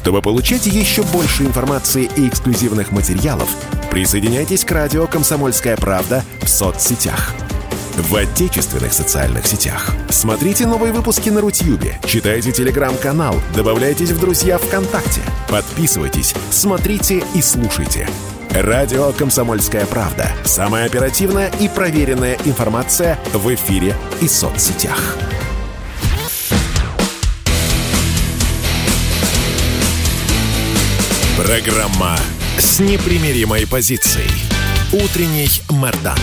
Чтобы получать еще больше информации и эксклюзивных материалов, присоединяйтесь к радио «Комсомольская правда» в соцсетях. В отечественных социальных сетях. Смотрите новые выпуски на Рутьюбе, читайте телеграм-канал, добавляйтесь в друзья ВКонтакте, подписывайтесь, смотрите и слушайте. Радио «Комсомольская правда». Самая оперативная и проверенная информация в эфире и соцсетях. Программа с непримиримой позицией. Утренний Мордан.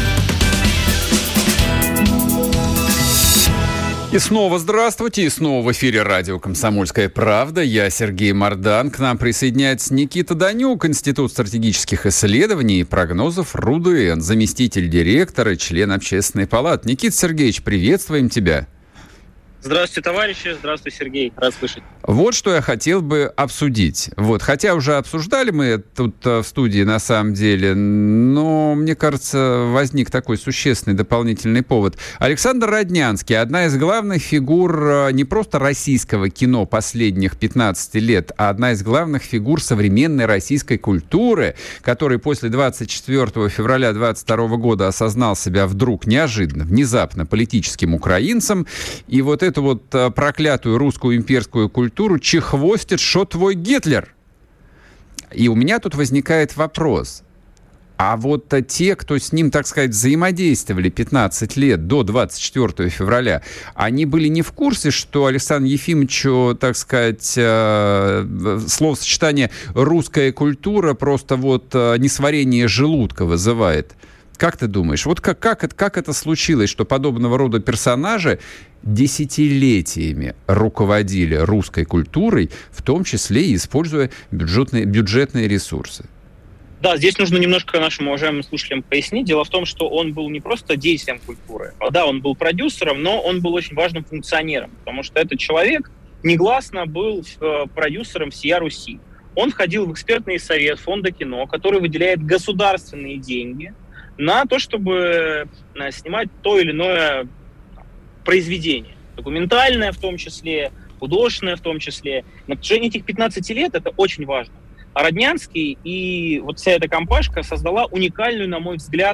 И снова здравствуйте, и снова в эфире радио «Комсомольская правда». Я Сергей Мордан. К нам присоединяется Никита Данюк, Институт стратегических исследований и прогнозов РУДН, заместитель директора и член Общественной палаты. Никита Сергеевич, приветствуем тебя. Здравствуйте, товарищи. Здравствуй, Сергей. Рад слышать. Вот что я хотел бы обсудить. Хотя уже обсуждали мы тут в студии на самом деле, но, мне кажется, возник такой существенный дополнительный повод. Александр Роднянский, одна из главных фигур не просто российского кино последних 15 лет, а одна из главных фигур современной российской культуры, который после 24 февраля 22 года осознал себя вдруг неожиданно, внезапно политическим украинцем, и эту проклятую русскую имперскую культуру чехвостит, шо твой Гитлер. И у меня тут возникает вопрос. А те, кто с ним, так сказать, взаимодействовали 15 лет до 24 февраля, они были не в курсе, что Александру Ефимовичу, так сказать, словосочетание «русская культура» просто несварение желудка вызывает? Как ты думаешь, как это случилось, что подобного рода персонажи десятилетиями руководили русской культурой, в том числе и используя бюджетные ресурсы? Да, здесь нужно немножко нашим уважаемым слушателям пояснить. Дело в том, что он был не просто деятелем культуры. Да, он был продюсером, но он был очень важным функционером, потому что этот человек негласно был продюсером «Всея Руси». Он входил в экспертный совет Фонда кино, который выделяет государственные деньги на то, чтобы снимать то или иное произведение. Документальное в том числе, художественное в том числе. На протяжении этих 15 лет это очень важно. А Роднянский и вся эта компашка создала уникальную, на мой взгляд,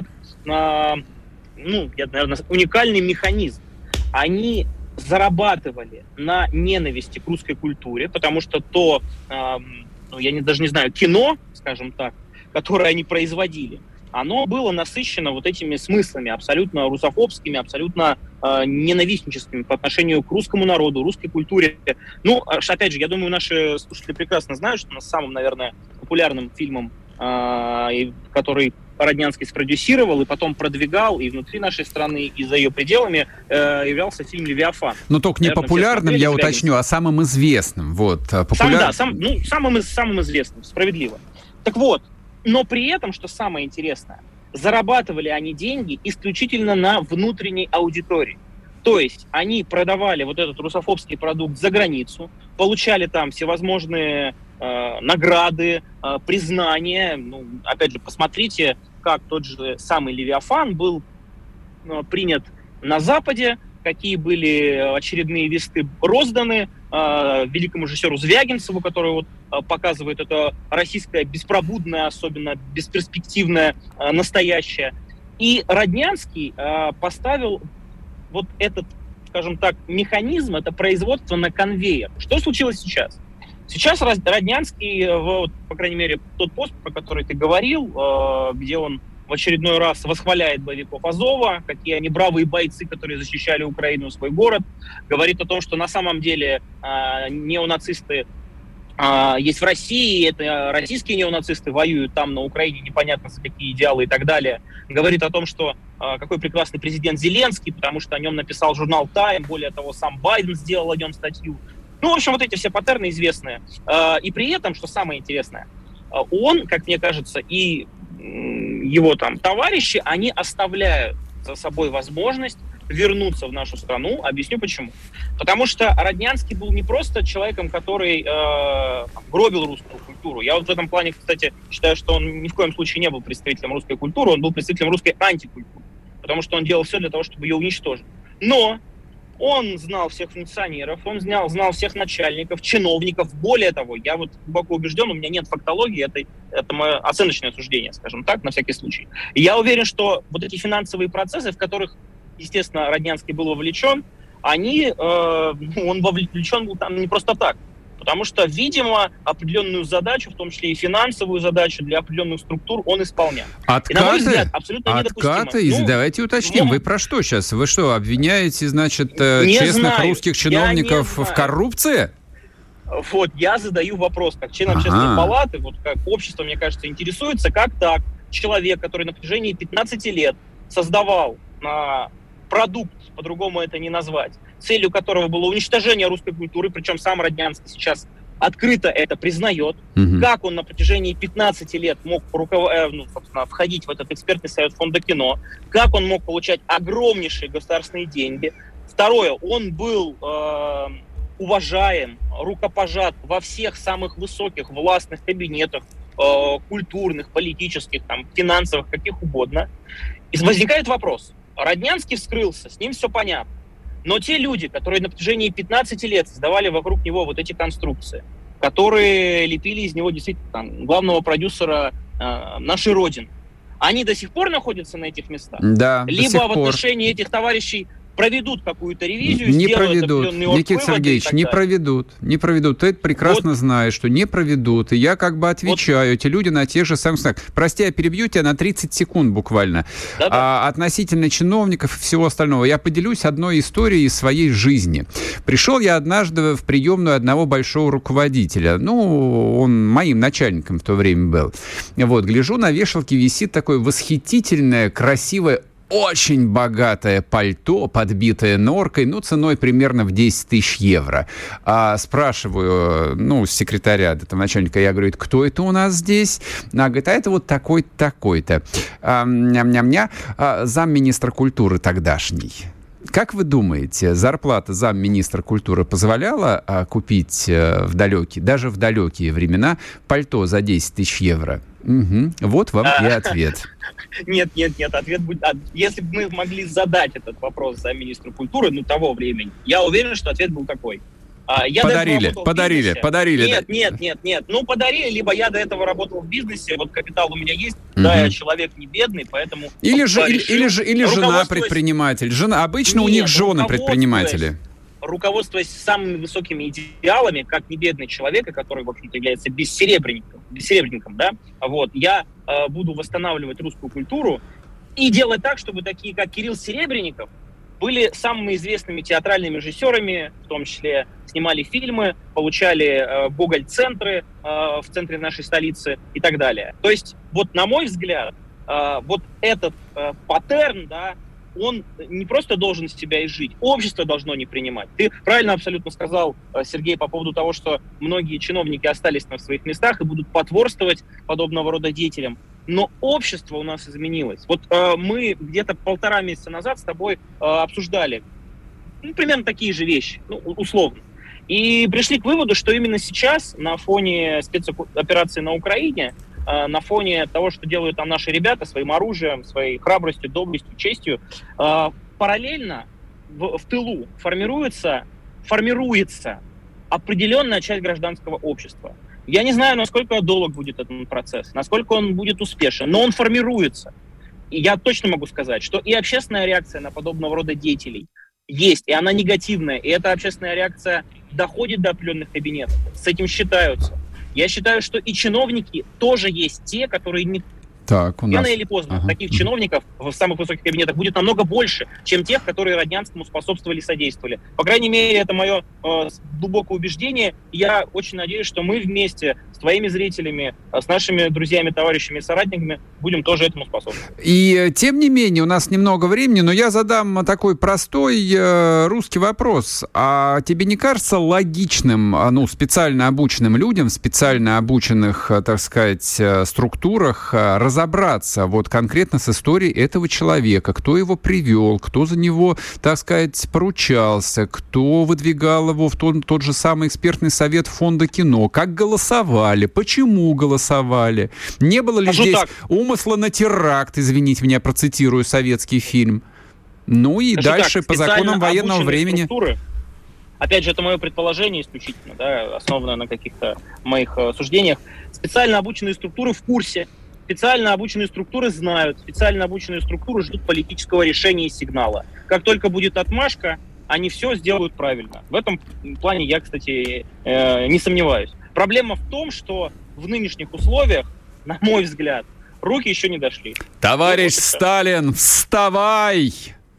уникальный механизм. Они зарабатывали на ненависти к русской культуре, потому что даже не знаю, кино, скажем так, которое они производили, оно было насыщено этими смыслами абсолютно русофобскими, абсолютно ненавистническими по отношению к русскому народу, русской культуре. Опять же, я думаю, наши слушатели прекрасно знают, что самым, наверное, популярным фильмом, который Роднянский спродюсировал и потом продвигал и внутри нашей страны, и за ее пределами, являлся фильм «Левиафан». Но только не популярным, я уточню, а самым известным. Самым известным, справедливо. Так вот, но при этом, что самое интересное, зарабатывали они деньги исключительно на внутренней аудитории. То есть они продавали этот русофобский продукт за границу, получали там всевозможные награды, признания. Опять же, посмотрите, как тот же самый «Левиафан» был принят на Западе, какие были очередные листы розданы великому режиссеру Звягинцеву, который показывает это российское беспробудное, особенно бесперспективное настоящее. И Роднянский поставил этот, скажем так, механизм, это производство на конвейер. Что случилось сейчас? Сейчас Роднянский, по крайней мере, тот пост, про который ты говорил, где он в очередной раз восхваляет боевиков Азова, какие они бравые бойцы, которые защищали Украину, свой город, говорит о том, что на самом деле неонацисты есть в России, это российские неонацисты воюют там на Украине, непонятно за какие идеалы и так далее. Говорит о том, что какой прекрасный президент Зеленский, потому что о нем написал журнал «Тайм», более того, сам Байден сделал о нем статью. В общем, эти все паттерны известные. И при этом, что самое интересное, он, как мне кажется, и его товарищи, они оставляют за собой возможность вернуться в нашу страну. Объясню почему. Потому что Роднянский был не просто человеком, который гробил русскую культуру. Я в этом плане, кстати, считаю, что он ни в коем случае не был представителем русской культуры, он был представителем русской антикультуры. Потому что он делал все для того, чтобы ее уничтожить. Но Он знал всех функционеров, он знал всех начальников, чиновников. Более того, я вот глубоко убежден, у меня нет фактологии, это мое оценочное суждение, скажем так, на всякий случай. И я уверен, что вот эти финансовые процессы, в которых, естественно, Роднянский был вовлечен, он вовлечен был там не просто так. Потому что, видимо, определенную задачу, в том числе и финансовую задачу для определенных структур он исполнял. Откаты? И, на мой взгляд, абсолютно недопустимо. Давайте уточним. Вы про что сейчас? Вы что, обвиняете, значит, честных русских чиновников в коррупции? Вот, я задаю вопрос, как член общественной палаты, вот как общество, мне кажется, интересуется, как так человек, который на протяжении 15 лет создавал продукт, по-другому это не назвать, целью которого было уничтожение русской культуры, причем сам Роднянский сейчас открыто это признает, как он на протяжении 15 лет мог входить в этот экспертный совет фонда кино, как он мог получать огромнейшие государственные деньги. Второе, он был уважаем, рукопожат во всех самых высоких властных кабинетах, культурных, политических, финансовых, каких угодно. И возникает вопрос. Роднянский вскрылся, с ним все понятно. Но те люди, которые на протяжении 15 лет создавали вокруг него вот эти конструкции, которые лепили из него действительно главного продюсера нашей Родины, они до сих пор находятся на этих местах? Да, либо в отношении этих товарищей проведут какую-то ревизию, сделают определенный вывод. Никита Сергеевич, не проведут. Ты это прекрасно знаешь, что не проведут. И я как бы отвечаю, эти люди на тех же самых... Прости, я перебью тебя на 30 секунд буквально. Относительно чиновников и всего остального. Я поделюсь одной историей из своей жизни. Пришел я однажды в приемную одного большого руководителя. Он моим начальником в то время был. Вот, гляжу, на вешалке висит такое восхитительное, красивое, очень богатое пальто, подбитое норкой, ценой примерно в 10 тысяч евро. Спрашиваю, секретаря, этого начальника, я говорю, кто это у нас здесь? Она говорит, это вот такой-то, такой-то. Замминистра культуры тогдашний. Как вы думаете, зарплата замминистра культуры позволяла купить даже в далекие времена пальто за 10 тысяч евро? Вот вам и ответ. Нет, ответ будет... Если бы мы могли задать этот вопрос замминистру культуры, того времени, я уверен, что ответ был такой. Подарили. Нет. Подарили, либо я до этого работал в бизнесе, вот капитал у меня есть, я человек не бедный, поэтому... Или жена предприниматель. Обычно у них жены предприниматели. Руководствуясь самыми высокими идеалами, как небедный человек, который, в общем-то, является бессеребренником, да, я буду восстанавливать русскую культуру и делать так, чтобы такие, как Кирилл Серебренников, были самыми известными театральными режиссерами, в том числе снимали фильмы, получали Гоголь-центры в центре нашей столицы и так далее. То есть, на мой взгляд, этот паттерн, он не просто должен себя изжить, общество должно не принимать. Ты правильно абсолютно сказал, Сергей, по поводу того, что многие чиновники остались на своих местах и будут потворствовать подобного рода деятелям. Но общество у нас изменилось. Мы где-то 1,5 месяца назад с тобой обсуждали примерно такие же вещи, условно. И пришли к выводу, что именно сейчас, на фоне спецоперации на Украине, на фоне того, что делают там наши ребята своим оружием, своей храбростью, доблестью, честью, параллельно в тылу формируется определенная часть гражданского общества. Я не знаю, насколько долг будет этот процесс, насколько он будет успешен, но он формируется. И я точно могу сказать, что и общественная реакция на подобного рода деятелей есть, и она негативная, и эта общественная реакция доходит до определенных кабинетов, с этим считаются. Я считаю, что и чиновники тоже есть те, которые не... Рано или поздно таких чиновников в самых высоких кабинетах будет намного больше, чем тех, которые Роднянскому способствовали и содействовали. По крайней мере, это мое глубокое убеждение. Я очень надеюсь, что мы вместе с твоими зрителями, с нашими друзьями, товарищами и соратниками будем тоже этому способствовать. И тем не менее, у нас немного времени, но я задам такой простой русский вопрос. А тебе не кажется логичным, специально обученным людям, в специально обученных, так сказать, структурах разобраться конкретно с историей этого человека, кто его привел, кто за него, так сказать, поручался, кто выдвигал его в тот же самый экспертный совет фонда кино, как голосовали, почему голосовали, не было ли здесь умысла на теракт, извините меня, процитирую советский фильм? Ну и дальше по законам военного времени. Опять же, это мое предположение исключительно, да, основанное на каких-то моих суждениях. Специально обученные структуры в курсе, специально обученные структуры знают, специально обученные структуры ждут политического решения и сигнала. Как только будет отмашка, они все сделают правильно. В этом плане я, кстати, не сомневаюсь. Проблема в том, что в нынешних условиях, на мой взгляд, руки еще не дошли. Товарищ Сталин, вставай!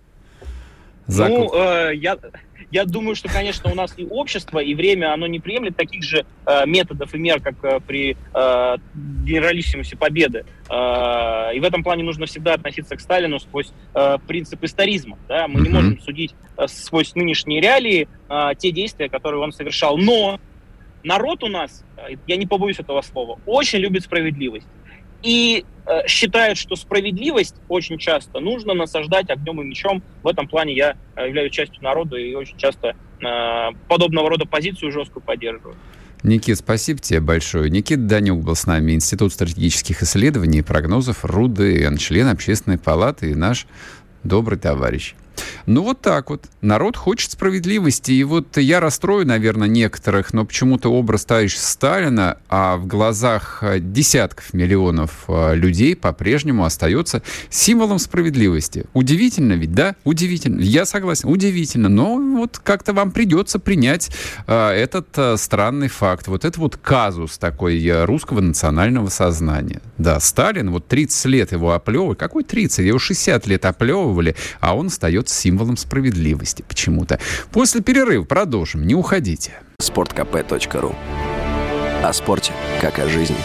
Я думаю, что, конечно, у нас и общество, и время, оно не приемлет таких же методов и мер, как при генералиссимусе Победы. И в этом плане нужно всегда относиться к Сталину сквозь принцип историзма. Да? Мы не можем судить сквозь нынешние реалии те действия, которые он совершал. Но народ у нас, я не побоюсь этого слова, очень любит справедливость. И считают, что справедливость очень часто нужно насаждать огнем и мечом. В этом плане я являюсь частью народа и очень часто подобного рода позицию жесткую поддерживаю. Никит, спасибо тебе большое. Никита Данюк был с нами, Институт стратегических исследований и прогнозов РУДН, член Общественной палаты и наш добрый товарищ. Ну, вот так вот. Народ хочет справедливости. И вот я расстрою, наверное, некоторых, но почему-то образ товарища Сталина, а в глазах десятков миллионов людей по-прежнему остается символом справедливости. Удивительно ведь, да? Удивительно. Я согласен, удивительно. Но вот как-то вам придется принять этот странный факт. Вот это вот казус такой русского национального сознания. Да, Сталин, вот 30 лет его оплевывали. Какой 30? Его 60 лет оплевывали, а он остается символом справедливости почему-то. После перерыва продолжим. Не уходите. sportkp.ru. О спорте, как о жизни.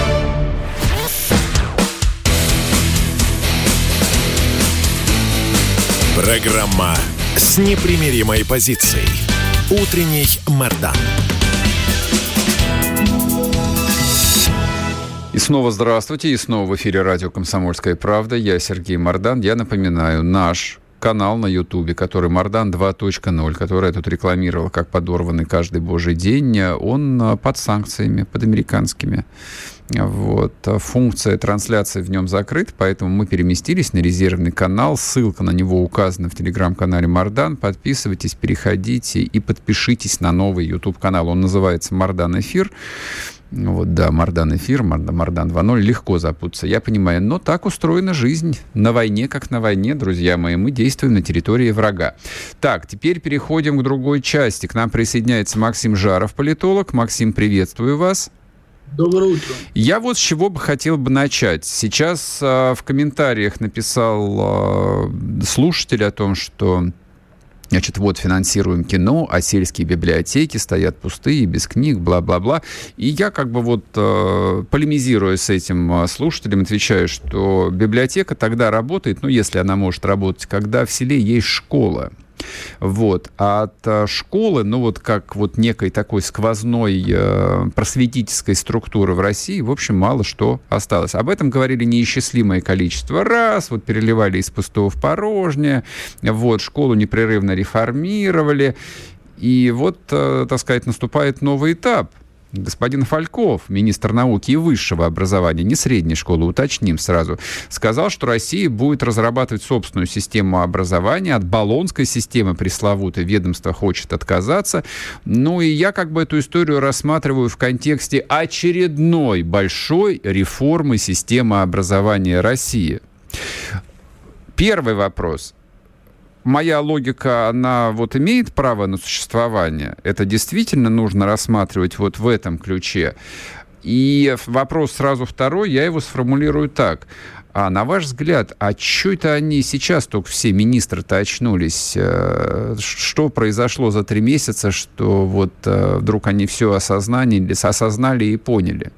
Программа с непримиримой позицией. Утренний Мардан. И снова здравствуйте. И снова в эфире радио «Комсомольская правда». Я Сергей Мардан. Я напоминаю, наш канал на Ютубе, который Мардан 2.0, который я тут рекламировал как подорванный каждый божий день, он под санкциями, под американскими. Вот. Функция трансляции в нем закрыта, поэтому мы переместились на резервный канал. Ссылка на него указана в телеграм-канале Мардан. Подписывайтесь, переходите и подпишитесь на новый YouTube-канал. Он называется «Мардан Эфир». Вот, да, Мардан Эфир, Мардан 2.0, легко запутаться, я понимаю. Но так устроена жизнь. На войне, как на войне, друзья мои, мы действуем на территории врага. Так, теперь переходим к другой части. К нам присоединяется Максим Жаров, политолог. Максим, приветствую вас. Доброе утро. Я вот с чего бы хотел бы начать. Сейчас в комментариях написал слушатель о том, что... Значит, вот финансируем кино, а сельские библиотеки стоят пустые, без книг, бла-бла-бла. И я как бы вот полемизируя с этим слушателем, отвечаю, что библиотека тогда работает, ну, если она может работать, когда в селе есть школа. Вот. А от школы, ну вот как вот некой такой сквозной просветительской структуры в России, в общем, мало что осталось. Об этом говорили неисчислимое количество раз, вот переливали из пустого в порожнее, вот, школу непрерывно реформировали, и вот, так сказать, наступает новый этап. Господин Фальков, министр науки и высшего образования, не средней школы, уточним сразу, сказал, что Россия будет разрабатывать собственную систему образования. От болонской системы пресловутой ведомство хочет отказаться. Ну и я как бы эту историю рассматриваю в контексте очередной большой реформы системы образования России. Первый вопрос. Моя логика, она вот имеет право на существование. Это действительно нужно рассматривать вот в этом ключе. И вопрос сразу второй, я его сформулирую так. А на ваш взгляд, а что это они сейчас только все министры-то очнулись? Что произошло за 3 месяца, что вот вдруг они все осознали и поняли?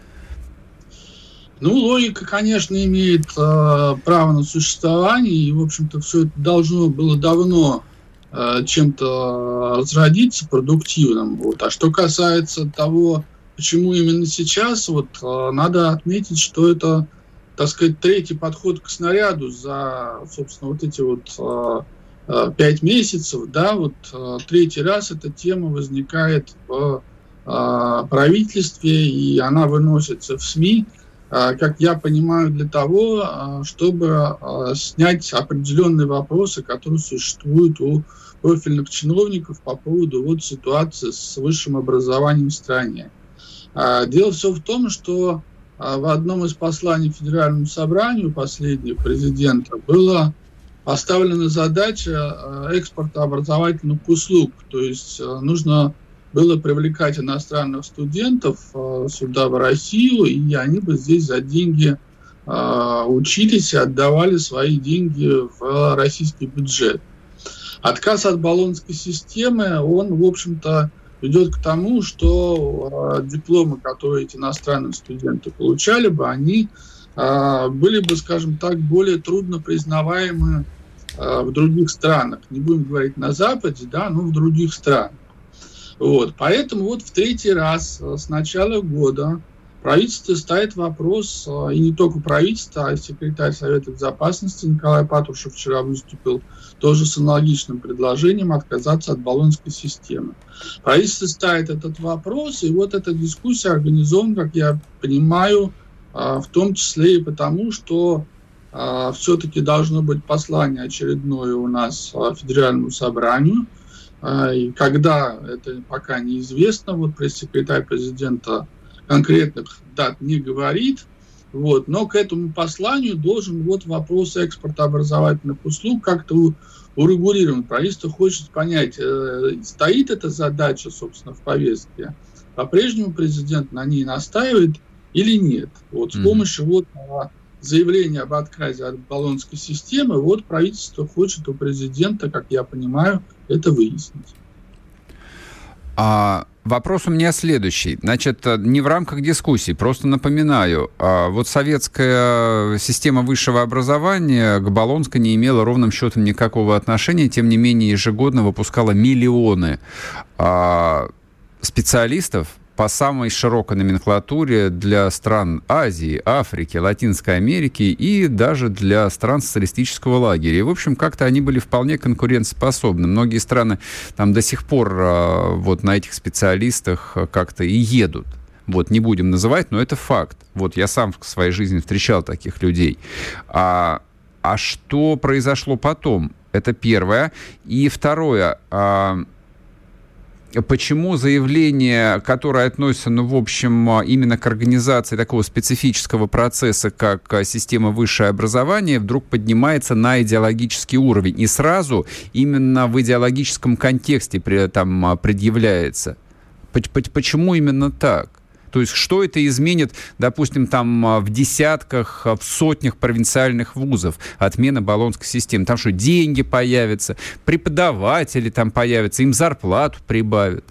Ну, логика, конечно, имеет право на существование, и, в общем-то, все это должно было давно чем-то разродиться продуктивным. Вот. А что касается того, почему именно сейчас, вот, надо отметить, что это, так сказать, 3-й подход к снаряду за, собственно, вот эти вот 5 месяцев, да, вот 3-й раз эта тема возникает в правительстве, и она выносится в СМИ. как я понимаю, для того, чтобы снять определенные вопросы, которые существуют у профильных чиновников по поводу вот ситуации с высшим образованием в стране. Дело все в том, что в одном из посланий Федеральному собранию последнего президента была поставлена задача экспорта образовательных услуг, то есть нужно было привлекать иностранных студентов сюда, в Россию, и они бы здесь за деньги учились и отдавали свои деньги в российский бюджет. Отказ от болонской системы, он, в общем-то, ведет к тому, что дипломы, которые эти иностранные студенты получали бы, они были бы, скажем так, более трудно признаваемы в других странах. Не будем говорить на Западе, да, но в других странах. Вот. Поэтому вот в третий раз с начала года правительство ставит вопрос, и не только правительство, а и секретарь Совета Безопасности Николай Патрушев вчера выступил тоже с аналогичным предложением отказаться от болонской системы. Правительство ставит этот вопрос, и вот эта дискуссия организована, как я понимаю, в том числе и потому, что все-таки должно быть послание очередное у нас Федеральному собранию. И когда, это пока неизвестно, вот пресс-секретарь президента конкретных дат не говорит, вот, но к этому посланию должен вот вопрос экспорта образовательных услуг как-то урегулирован. Правительство хочет понять, стоит эта задача, собственно, в повестке, по-прежнему президент на ней настаивает или нет. Вот, с помощью вот заявления об отказе от болонской системы, вот правительство хочет у президента, как я понимаю, это выяснить. Вопрос у меня следующий. Значит, не в рамках дискуссии, просто напоминаю, вот советская система высшего образования к болонской не имела ровным счетом никакого отношения, тем не менее ежегодно выпускала миллионы специалистов по самой широкой номенклатуре для стран Азии, Африки, Латинской Америки и даже для стран социалистического лагеря. И, в общем, как-то они были вполне конкурентоспособны. Многие страны там до сих пор вот на этих специалистах как-то и едут. Вот, не будем называть, но это факт. Вот я сам в своей жизни встречал таких людей. А что произошло потом? Это первое. И второе. Почему заявление, которое относится, ну, в общем, именно к организации такого специфического процесса, как система высшего образования, вдруг поднимается на идеологический уровень и сразу именно в идеологическом контексте там предъявляется? Почему именно так? То есть что это изменит, допустим, там в десятках, в сотнях провинциальных вузов, отмена болонской системы? Там что, деньги появятся, преподаватели там появятся, им зарплату прибавят?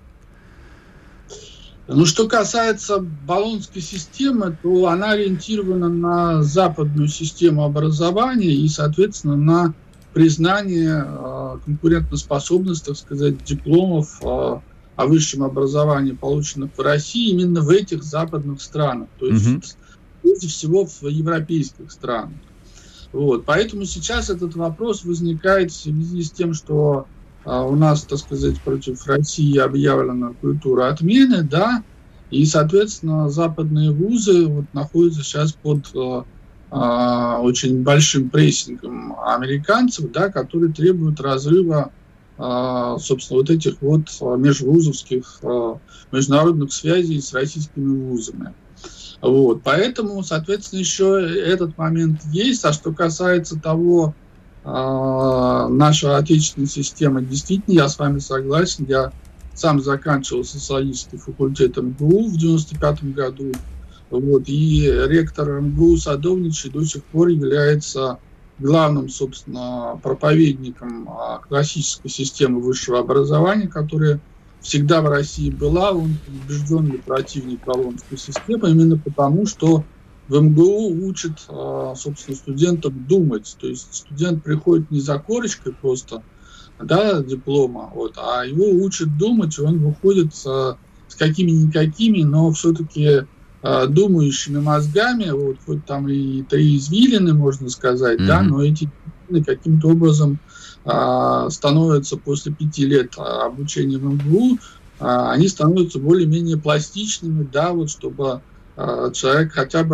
Ну, что касается болонской системы, то она ориентирована на западную систему образования и, соответственно, на признание конкурентоспособности, так сказать, дипломов о высшем образовании, полученных в России, именно в этих западных странах, то есть прежде всего в европейских странах. Вот. Поэтому сейчас этот вопрос возникает в связи с тем, что у нас, так сказать, против России объявлена культура отмены, да, и, соответственно, западные вузы вот находятся сейчас под очень большим прессингом американцев, да, которые требуют разрыва, собственно, вот этих вот межвузовских международных связей с российскими вузами. Вот. Поэтому, соответственно, еще этот момент есть. А что касается того, наша отечественная система, действительно, я с вами согласен, я сам заканчивал социологический факультет МГУ в 1995 году, вот, и ректор МГУ Садовничий до сих пор является главным, собственно, проповедником классической системы высшего образования, которая всегда в России была. Он убежденный противник болонской системы, именно потому, что в МГУ учат, собственно, студентов думать. То есть студент приходит не за корочкой просто, да, диплома, вот, а его учат думать, и он выходит с какими-никакими, но все-таки думающими мозгами, вот, хоть там и 3 извилины, можно сказать, да, но эти каким-то образом становятся после 5 лет обучения в МГУ, они становятся более-менее пластичными, да, вот, чтобы человек хотя бы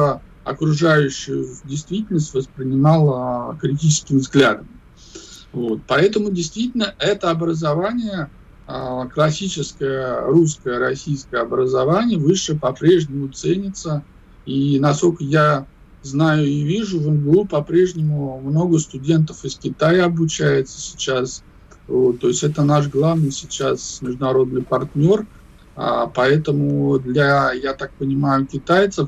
окружающую действительность воспринимал критическим взглядом. Вот. Поэтому действительно это образование, классическое русское, российское образование, высшее по-прежнему ценится. И насколько я знаю и вижу, в МГУ по-прежнему много студентов из Китая обучается сейчас. Вот. То есть это наш главный сейчас международный партнер. Поэтому для, я так понимаю, китайцев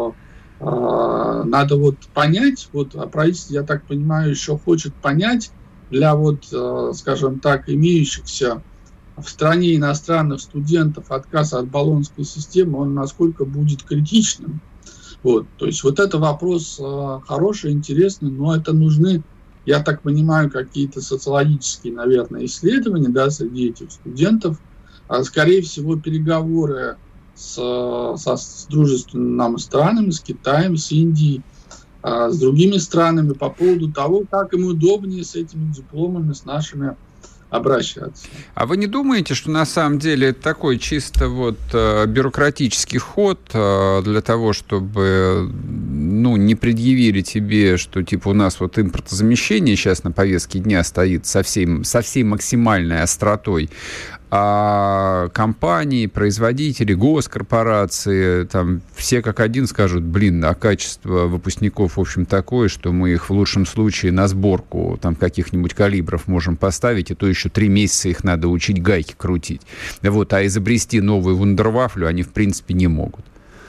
надо вот понять, вот правительство, я так понимаю, еще хочет понять для вот, скажем так, имеющихся в стране иностранных студентов отказ от болонской системы, он насколько будет критичным. Вот. То есть вот это вопрос хороший, интересный, но это нужны, я так понимаю, какие-то социологические, наверное, исследования, да, среди этих студентов. Скорее всего, переговоры с дружественными нам странами, с Китаем, с Индией, с другими странами по поводу того, как им удобнее с этими дипломами, с нашими обращаться. А вы не думаете, что на самом деле это такой чисто вот бюрократический ход для того, чтобы не предъявили тебе, что типа у нас вот импортозамещение сейчас на повестке дня стоит со всей максимальной остротой, а компании, производители, госкорпорации, там все как один скажут, а качество выпускников, в общем, такое, что мы их в лучшем случае на сборку там каких-нибудь калибров можем поставить, и то еще 3 месяца их надо учить гайки крутить. Вот, а изобрести новую вундервафлю они, в принципе, не могут.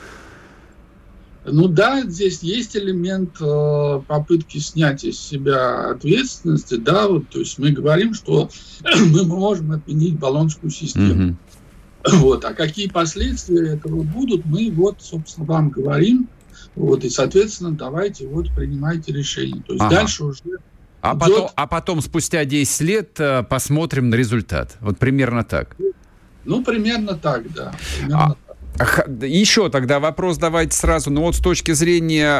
Ну да, здесь есть элемент попытки снятия с себя ответственности, да, вот, то есть мы говорим, что мы можем отменить болонскую систему. Вот, а какие последствия этого будут, мы вот, собственно, вам говорим, вот, и, соответственно, давайте вот принимайте решение. То есть дальше уже А потом, спустя 10 лет, посмотрим на результат. Вот примерно так. Ну, примерно так, да. Примерно так. Еще тогда вопрос давайте сразу. Вот с точки зрения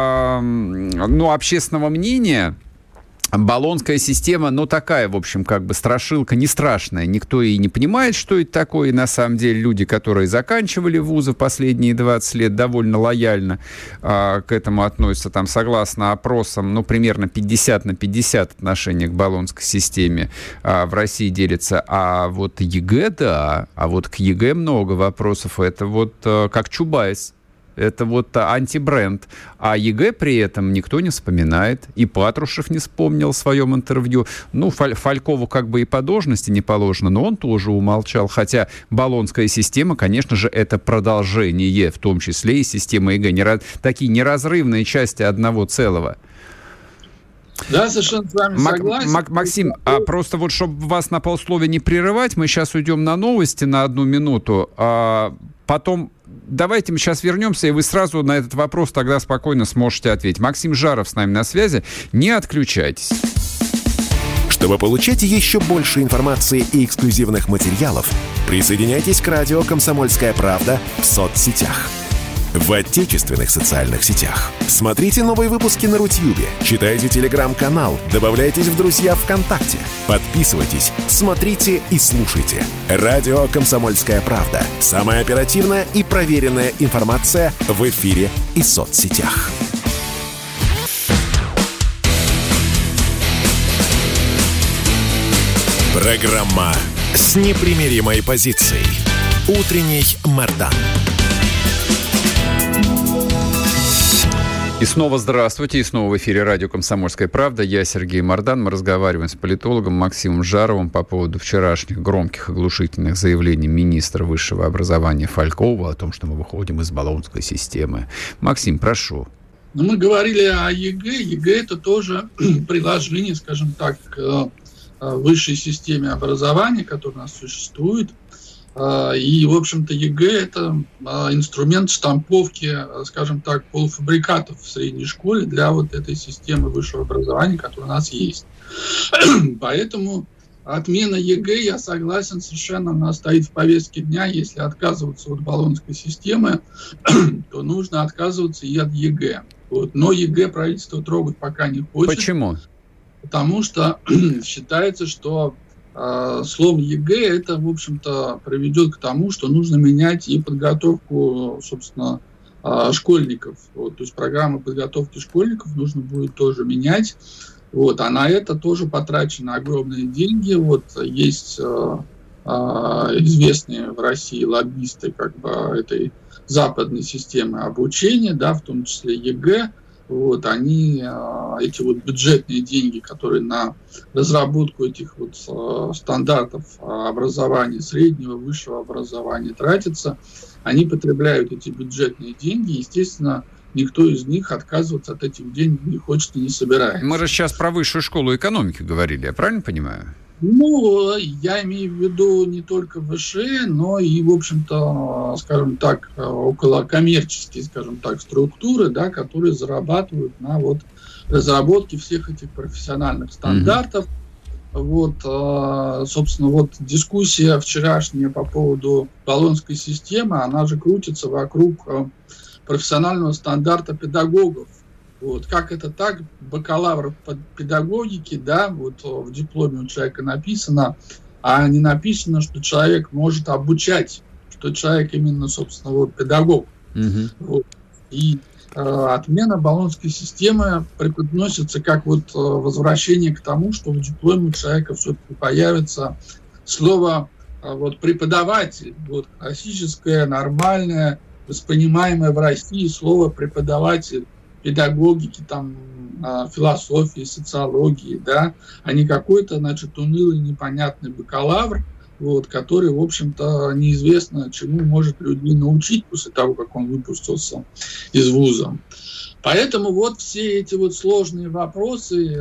общественного мнения, болонская система, такая, в общем, как бы страшилка не страшная. Никто и не понимает, что это такое. И на самом деле люди, которые заканчивали вузы последние 20 лет, довольно лояльно к этому относятся. Там, согласно опросам, примерно 50/50 отношение к болонской системе в России делится. А вот ЕГЭ, да. А вот к ЕГЭ много вопросов. Это вот как Чубайс. Это вот антибренд. А ЕГЭ при этом никто не вспоминает. И Патрушев не вспомнил в своем интервью. Фалькову как бы и по должности не положено, но он тоже умолчал. Хотя болонская система, конечно же, это продолжение, в том числе и системы ЕГЭ. Такие неразрывные части одного целого. Да, совершенно с вами согласен. Максим, просто вот, чтобы вас на полсловия не прерывать, мы сейчас уйдем на новости на 1 минуту. Потом давайте мы сейчас вернемся, и вы сразу на этот вопрос тогда спокойно сможете ответить. Максим Жаров с нами на связи. Не отключайтесь. Чтобы получать еще больше информации и эксклюзивных материалов, присоединяйтесь к радио «Комсомольская правда» в соцсетях. В отечественных социальных сетях. Смотрите новые выпуски на Рутьюбе, читайте телеграм-канал, добавляйтесь в друзья ВКонтакте, подписывайтесь, смотрите и слушайте. Радио «Комсомольская правда». Самая оперативная и проверенная информация в эфире и соцсетях. Программа с непримиримой позицией. Утренний Мардан. И снова здравствуйте, и снова в эфире радио «Комсомольская правда». Я Сергей Мардан. Мы разговариваем с политологом Максимом Жаровым по поводу вчерашних громких оглушительных заявлений министра высшего образования Фалькова о том, что мы выходим из болонской системы. Максим, прошу. Мы говорили о ЕГЭ. ЕГЭ – это тоже приложение, скажем так, к высшей системе образования, которая у нас существует. И, в общем-то, ЕГЭ – это инструмент штамповки, скажем так, полуфабрикатов в средней школе для вот этой системы высшего образования, которая у нас есть. Поэтому отмена ЕГЭ, я согласен, совершенно у нас стоит в повестке дня. Если отказываться от болонской системы, то нужно отказываться и от ЕГЭ. Вот. Но ЕГЭ правительство трогать пока не хочет. Почему? Потому что считается, что слом ЕГЭ это, в общем-то, приведет к тому, что нужно менять и подготовку, собственно, школьников. Вот, то есть программы подготовки школьников нужно будет тоже менять. Вот, а на это тоже потрачены огромные деньги. Вот, есть известные в России лоббисты этой западной системы обучения, да, в том числе ЕГЭ. Вот, они эти вот бюджетные деньги, которые на разработку этих вот стандартов образования, среднего, высшего образования тратятся, они потребляют эти бюджетные деньги. Естественно, никто из них отказываться от этих денег не хочет и не собирается. Мы же сейчас про высшую школу экономики говорили, я правильно понимаю? Ну, я имею в виду не только ВШЭ, но и, в общем-то, скажем так, околокоммерческие, скажем так, структуры, да, которые зарабатывают на вот разработке всех этих профессиональных стандартов. Вот, собственно, вот дискуссия вчерашняя по поводу Болонской системы, она же крутится вокруг профессионального стандарта педагогов. Вот, как это так, бакалавр по педагогике, да, вот в дипломе у человека написано, а не написано, что человек может обучать, что человек именно, собственно, вот педагог. Вот. И отмена Болонской системы преподносится как вот возвращение к тому, что в дипломе у человека все-таки появится слово вот преподаватель, вот классическое, нормальное, воспринимаемое в России слово преподаватель педагогики, там, философии, социологии, да, а не какой-то, значит, унылый, непонятный бакалавр, вот, который, в общем-то, неизвестно, чему может людей научить после того, как он выпустился из вуза. Поэтому вот все эти вот сложные вопросы,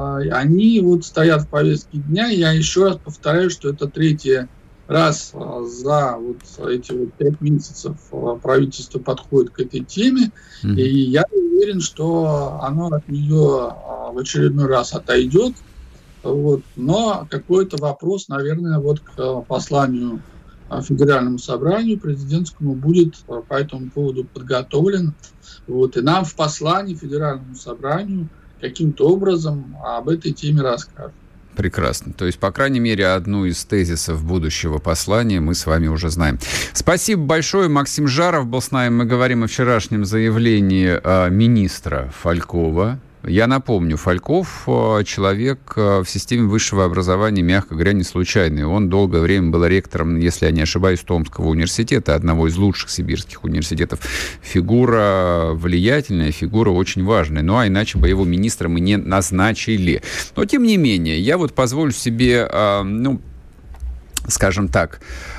они вот стоят в повестке дня. Я еще раз повторяю, что это третий раз за вот эти вот 5 месяцев правительство подходит к этой теме, и я уверен, что оно от нее в очередной раз отойдет. Вот. Но какой-то вопрос, наверное, вот к посланию Федеральному собранию президентскому будет по этому поводу подготовлен. Вот. И нам в послании Федеральному собранию каким-то образом об этой теме расскажут. Прекрасно. То есть, по крайней мере, одну из тезисов будущего послания мы с вами уже знаем. Спасибо большое. Максим Жаров был с нами. Мы говорим о вчерашнем заявлении министра Фалькова. Я напомню, Фальков человек в системе высшего образования, мягко говоря, не случайный. Он долгое время был ректором, если я не ошибаюсь, Томского университета, одного из лучших сибирских университетов. Фигура влиятельная, фигура очень важная. Ну, а иначе бы его министром и не назначили. Но, тем не менее, я вот позволю себе, скажем так,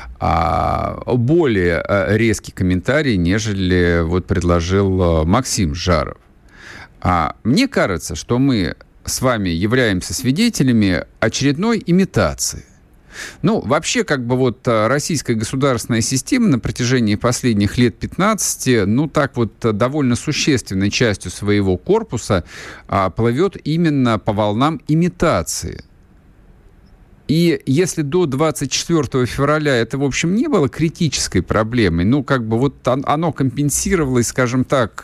более резкий комментарий, нежели вот предложил Максим Жаров. Мне кажется, что мы с вами являемся свидетелями очередной имитации. Ну, вообще, российская государственная система на протяжении последних лет 15, довольно существенной частью своего корпуса плывет именно по волнам имитации. И если до 24 февраля это, в общем, не было критической проблемой, оно компенсировалось, скажем так,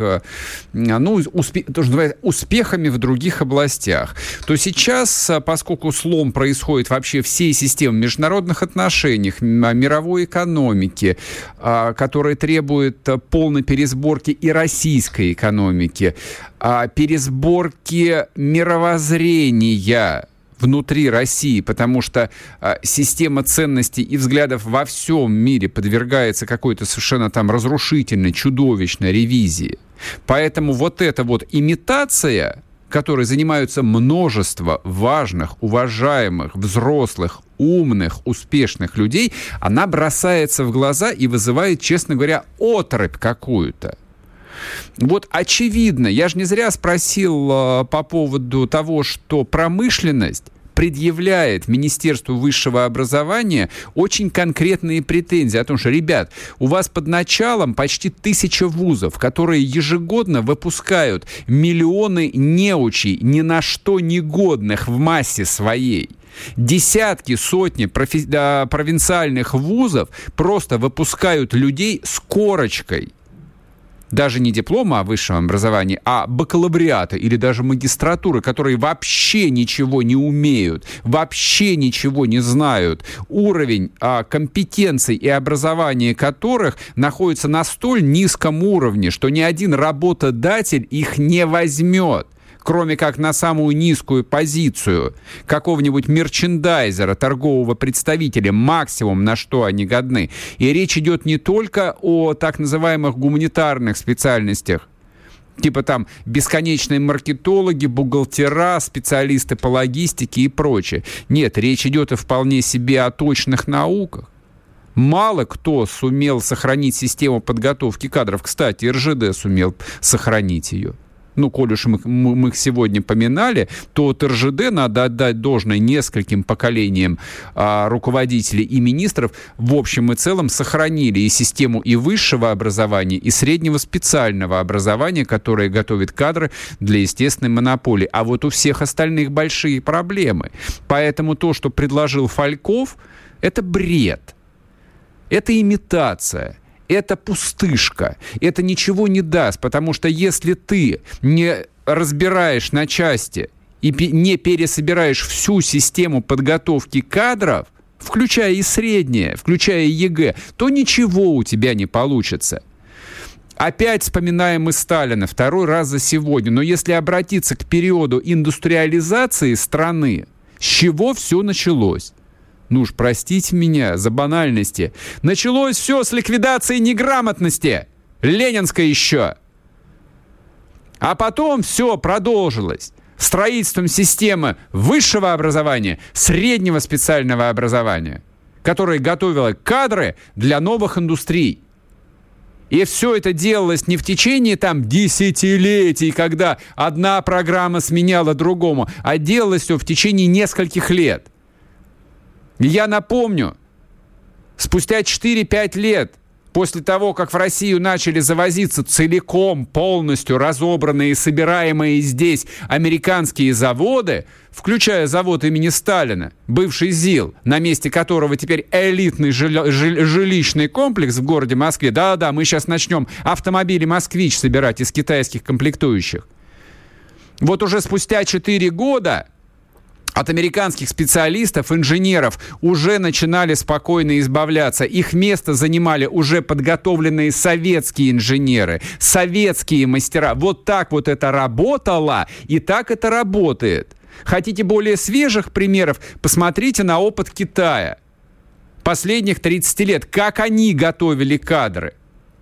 успехами в других областях, то сейчас, поскольку слом происходит вообще всей системы международных отношений, мировой экономики, которая требует полной пересборки и российской экономики, пересборки мировоззрения внутри России, потому что система ценностей и взглядов во всем мире подвергается какой-то совершенно там разрушительной, чудовищной ревизии. Поэтому вот эта вот имитация, которой занимаются множество важных, уважаемых, взрослых, умных, успешных людей, она бросается в глаза и вызывает, честно говоря, оторопь какую-то. Вот очевидно, я же не зря спросил по поводу того, что промышленность предъявляет Министерству высшего образования очень конкретные претензии о том, что, ребят, у вас под началом почти 1000 вузов, которые ежегодно выпускают миллионы неучей, ни на что негодных в массе своей. Десятки, сотни провинциальных вузов просто выпускают людей с корочкой. даже не диплома о высшем образовании, а бакалавриата или даже магистратуры, которые вообще ничего не умеют, вообще ничего не знают, уровень компетенций и образования которых находится на столь низком уровне, что ни один работодатель их не возьмет, кроме как на самую низкую позицию какого-нибудь мерчендайзера, торгового представителя, максимум, на что они годны. И речь идет не только о так называемых гуманитарных специальностях, типа там бесконечные маркетологи, бухгалтера, специалисты по логистике и прочее. Нет, речь идет и вполне себе о точных науках. Мало кто сумел сохранить систему подготовки кадров. Кстати, РЖД сумел сохранить ее. Ну, коль уж мы их сегодня поминали, то от РЖД надо отдать должное нескольким поколениям руководителей и министров. В общем и целом сохранили и систему и высшего образования, и среднего специального образования, которое готовит кадры для естественной монополии. А вот у всех остальных большие проблемы. Поэтому то, что предложил Фальков, это бред. Это имитация. Это пустышка, это ничего не даст, потому что если ты не разбираешь на части и не пересобираешь всю систему подготовки кадров, включая и среднее, включая и ЕГЭ, то ничего у тебя не получится. Опять вспоминаем мы Сталина, второй раз за сегодня, но если обратиться к периоду индустриализации страны, с чего все началось? Ну уж простите меня за банальности. Началось все с ликвидации неграмотности. Ленинской еще. А потом все продолжилось строительством системы высшего образования, среднего специального образования, которое готовило кадры для новых индустрий. И все это делалось не в течение там десятилетий, когда одна программа сменяла другому, а делалось все в течение нескольких лет. Я напомню, спустя 4-5 лет после того, как в Россию начали завозиться целиком, полностью разобранные и собираемые здесь американские заводы, включая завод имени Сталина, бывший ЗИЛ, на месте которого теперь элитный жилищный комплекс в городе Москве. Да-да, мы сейчас начнем автомобили «Москвич» собирать из китайских комплектующих. Вот уже спустя 4 года от американских специалистов, инженеров уже начинали спокойно избавляться. Их место занимали уже подготовленные советские инженеры, советские мастера. Вот так вот это работало, и так это работает. Хотите более свежих примеров? Посмотрите на опыт Китая. Последних 30 лет. Как они готовили кадры.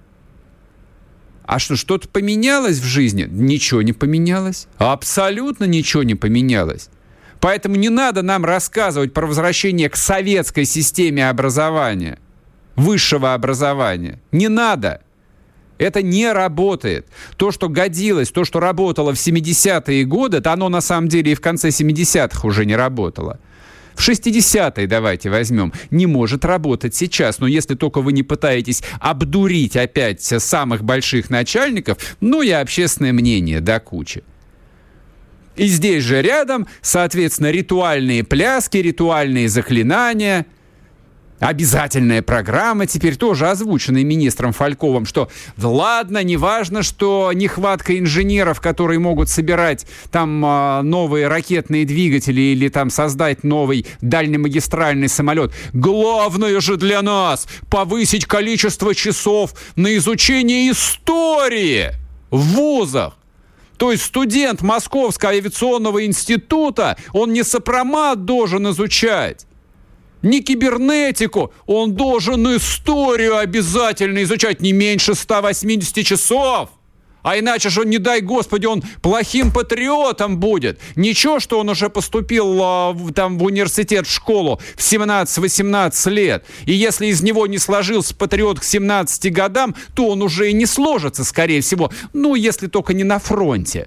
А что-то поменялось в жизни? Ничего не поменялось. Абсолютно ничего не поменялось. Поэтому не надо нам рассказывать про возвращение к советской системе образования, высшего образования. Не надо. Это не работает. То, что годилось, то, что работало в 70-е годы, это оно на самом деле и в конце 70-х уже не работало. В 60-е, давайте возьмем, не может работать сейчас. Но если только вы не пытаетесь обдурить опять самых больших начальников, ну и общественное мнение до кучи. И здесь же рядом, соответственно, ритуальные пляски, ритуальные заклинания. Обязательная программа теперь тоже озвученная министром Фальковым, что да ладно, неважно, что нехватка инженеров, которые могут собирать там новые ракетные двигатели или там создать новый дальнемагистральный самолет. Главное же для нас повысить количество часов на изучение истории в вузах. То есть студент Московского авиационного института, он не сопромат должен изучать, не кибернетику, он должен историю обязательно изучать не меньше 180 часов. А иначе же, не дай Господи, он плохим патриотом будет. Ничего, что он уже поступил там в университет, в школу в 17-18 лет. И если из него не сложился патриот к 17 годам, то он уже и не сложится, скорее всего. Ну, если только не на фронте.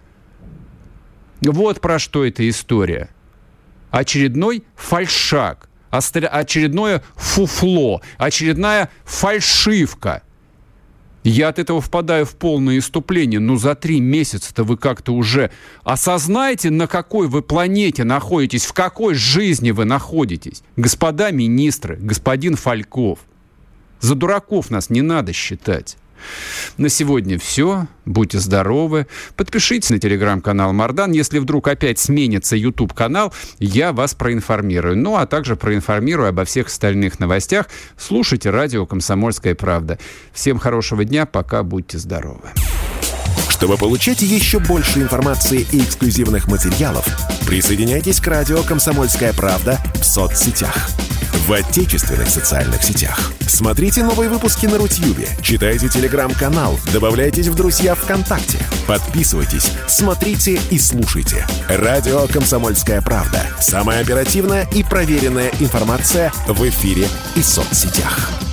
Вот про что эта история. Очередной фальшак, очередное фуфло, очередная фальшивка. Я от этого впадаю в полное иступление. Но за 3 месяца-то вы как-то уже осознаете, на какой вы планете находитесь, в какой жизни вы находитесь. Господа министры, господин Фальков. За дураков нас не надо считать. На сегодня все. Будьте здоровы. Подпишитесь на телеграм-канал Мардан. Если вдруг опять сменится YouTube-канал, я вас проинформирую. Ну, а также проинформирую обо всех остальных новостях. Слушайте радио «Комсомольская правда». Всем хорошего дня. Пока. Будьте здоровы. Чтобы получать еще больше информации и эксклюзивных материалов, присоединяйтесь к радио «Комсомольская правда» в соцсетях. В отечественных социальных сетях. Смотрите новые выпуски на Рутьюбе, читайте телеграм-канал, добавляйтесь в друзья ВКонтакте, подписывайтесь, смотрите и слушайте. Радио «Комсомольская правда». Самая оперативная и проверенная информация в эфире и соцсетях.